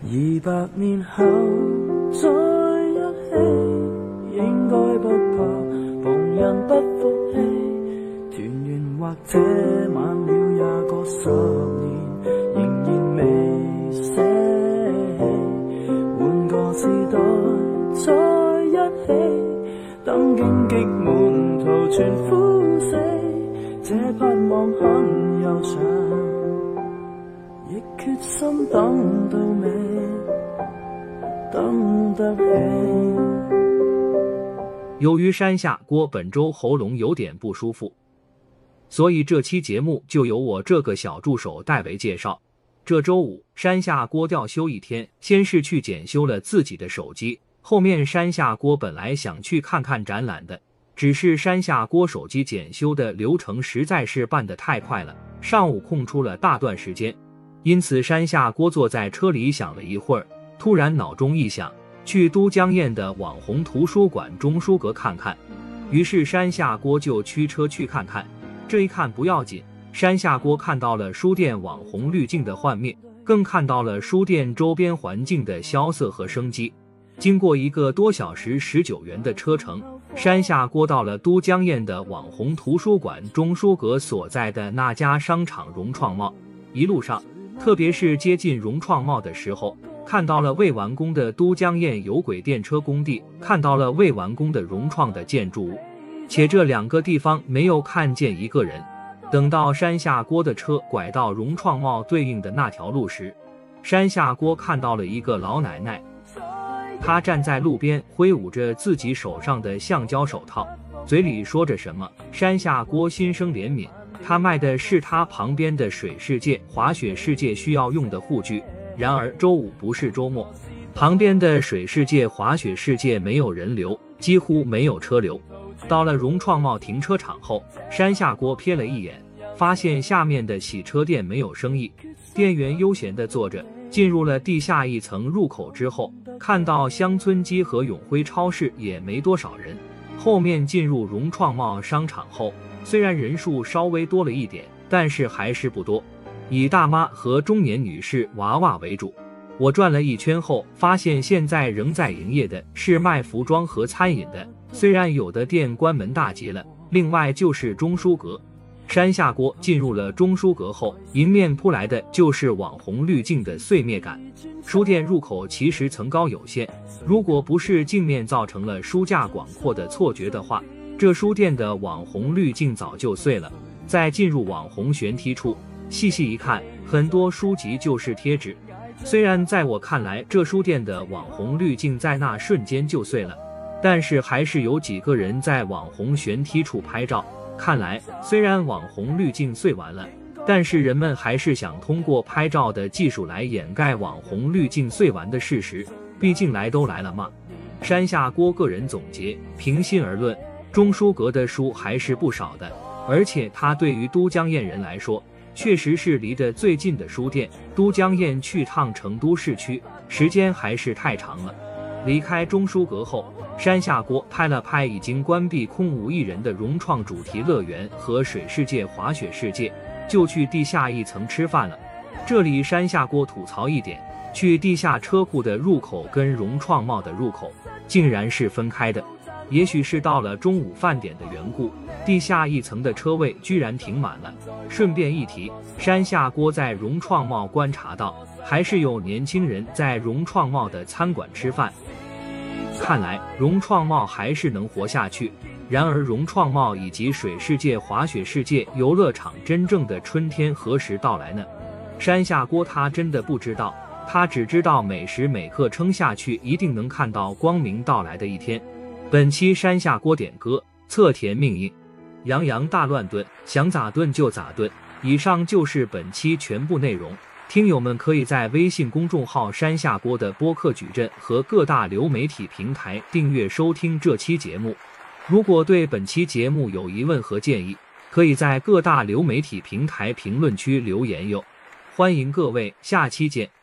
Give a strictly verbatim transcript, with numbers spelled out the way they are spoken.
二百年後再一起，應該不怕旁人不服氣，團圓或者晚了也過十年，仍然未捨棄，換個時代再一起，等荊棘滿途全枯死，這盼望很悠長，亦決心等到尾，等得起。 由于山下锅本周喉咙有点不舒服，所以这期节目就由我这个小助手代为介绍。这周五，山下锅调休一天，先是去检修了自己的手机，后面山下锅本来想去看看展览的，只是山下锅手机检修的流程实在是办得太快了，上午空出了大段时间，因此山下锅坐在车里想了一会儿，突然脑中一想，去都江堰的网红图书馆中书阁看看。于是山下锅就驱车去看看。这一看不要紧，山下锅看到了书店网红滤镜的幻灭，更看到了书店周边环境的萧瑟和生机。经过一个多小时十九元的车程，山下锅到了都江堰的网红图书馆中书阁所在的那家商场融创茂。一路上，特别是接近融创茂的时候，看到了未完工的都江堰有轨电车工地，看到了未完工的融创的建筑物，且这两个地方没有看见一个人。等到山下锅的车拐到融创茂对应的那条路时，山下锅看到了一个老奶奶，她站在路边挥舞着自己手上的橡胶手套，嘴里说着什么。山下锅心生怜悯，她卖的是她旁边的水世界、滑雪世界需要用的护具，然而周五不是周末，旁边的水世界、滑雪世界没有人流，几乎没有车流。到了融创茂停车场后，山下锅瞥了一眼，发现下面的洗车店没有生意，店员悠闲地坐着。进入了地下一层入口之后，看到乡村基和永辉超市也没多少人。后面进入融创茂商场后，虽然人数稍微多了一点，但是还是不多，以大妈和中年女士娃娃为主。我转了一圈后，发现现在仍在营业的是卖服装和餐饮的，虽然有的店关门大吉了。另外就是中书阁。山下锅进入了中书阁后，迎面扑来的就是网红滤镜的碎灭感。书店入口其实层高有限，如果不是镜面造成了书架广阔的错觉的话，这书店的网红滤镜早就碎了。在进入网红悬梯处，细细一看，很多书籍就是贴纸。虽然在我看来这书店的网红滤镜在那瞬间就碎了，但是还是有几个人在网红悬梯处拍照。看来虽然网红滤镜碎完了，但是人们还是想通过拍照的技术来掩盖网红滤镜碎完的事实，毕竟来都来了嘛。山下锅个人总结，平心而论，中书阁的书还是不少的，而且它对于都江堰人来说确实是离得最近的书店。都江堰去趟成都市区时间还是太长了。离开中书阁后，山下锅拍了拍已经关闭空无一人的融创主题乐园和水世界、滑雪世界，就去地下一层吃饭了。这里山下锅吐槽一点，去地下车库的入口跟融创茂的入口竟然是分开的。也许是到了中午饭点的缘故，地下一层的车位居然停满了。顺便一提，山下锅在融创茂观察到，还是有年轻人在融创茂的餐馆吃饭。看来融创茂还是能活下去。然而融创茂以及水世界、滑雪世界游乐场真正的春天何时到来呢？山下锅他真的不知道，他只知道每时每刻撑下去，一定能看到光明到来的一天。本期山下锅点歌，侧田命硬，洋洋大乱炖，想咋炖就咋炖。以上就是本期全部内容。听友们可以在微信公众号山下锅的播客矩阵和各大流媒体平台订阅收听这期节目。如果对本期节目有疑问和建议，可以在各大流媒体平台评论区留言哟。欢迎各位，下期见。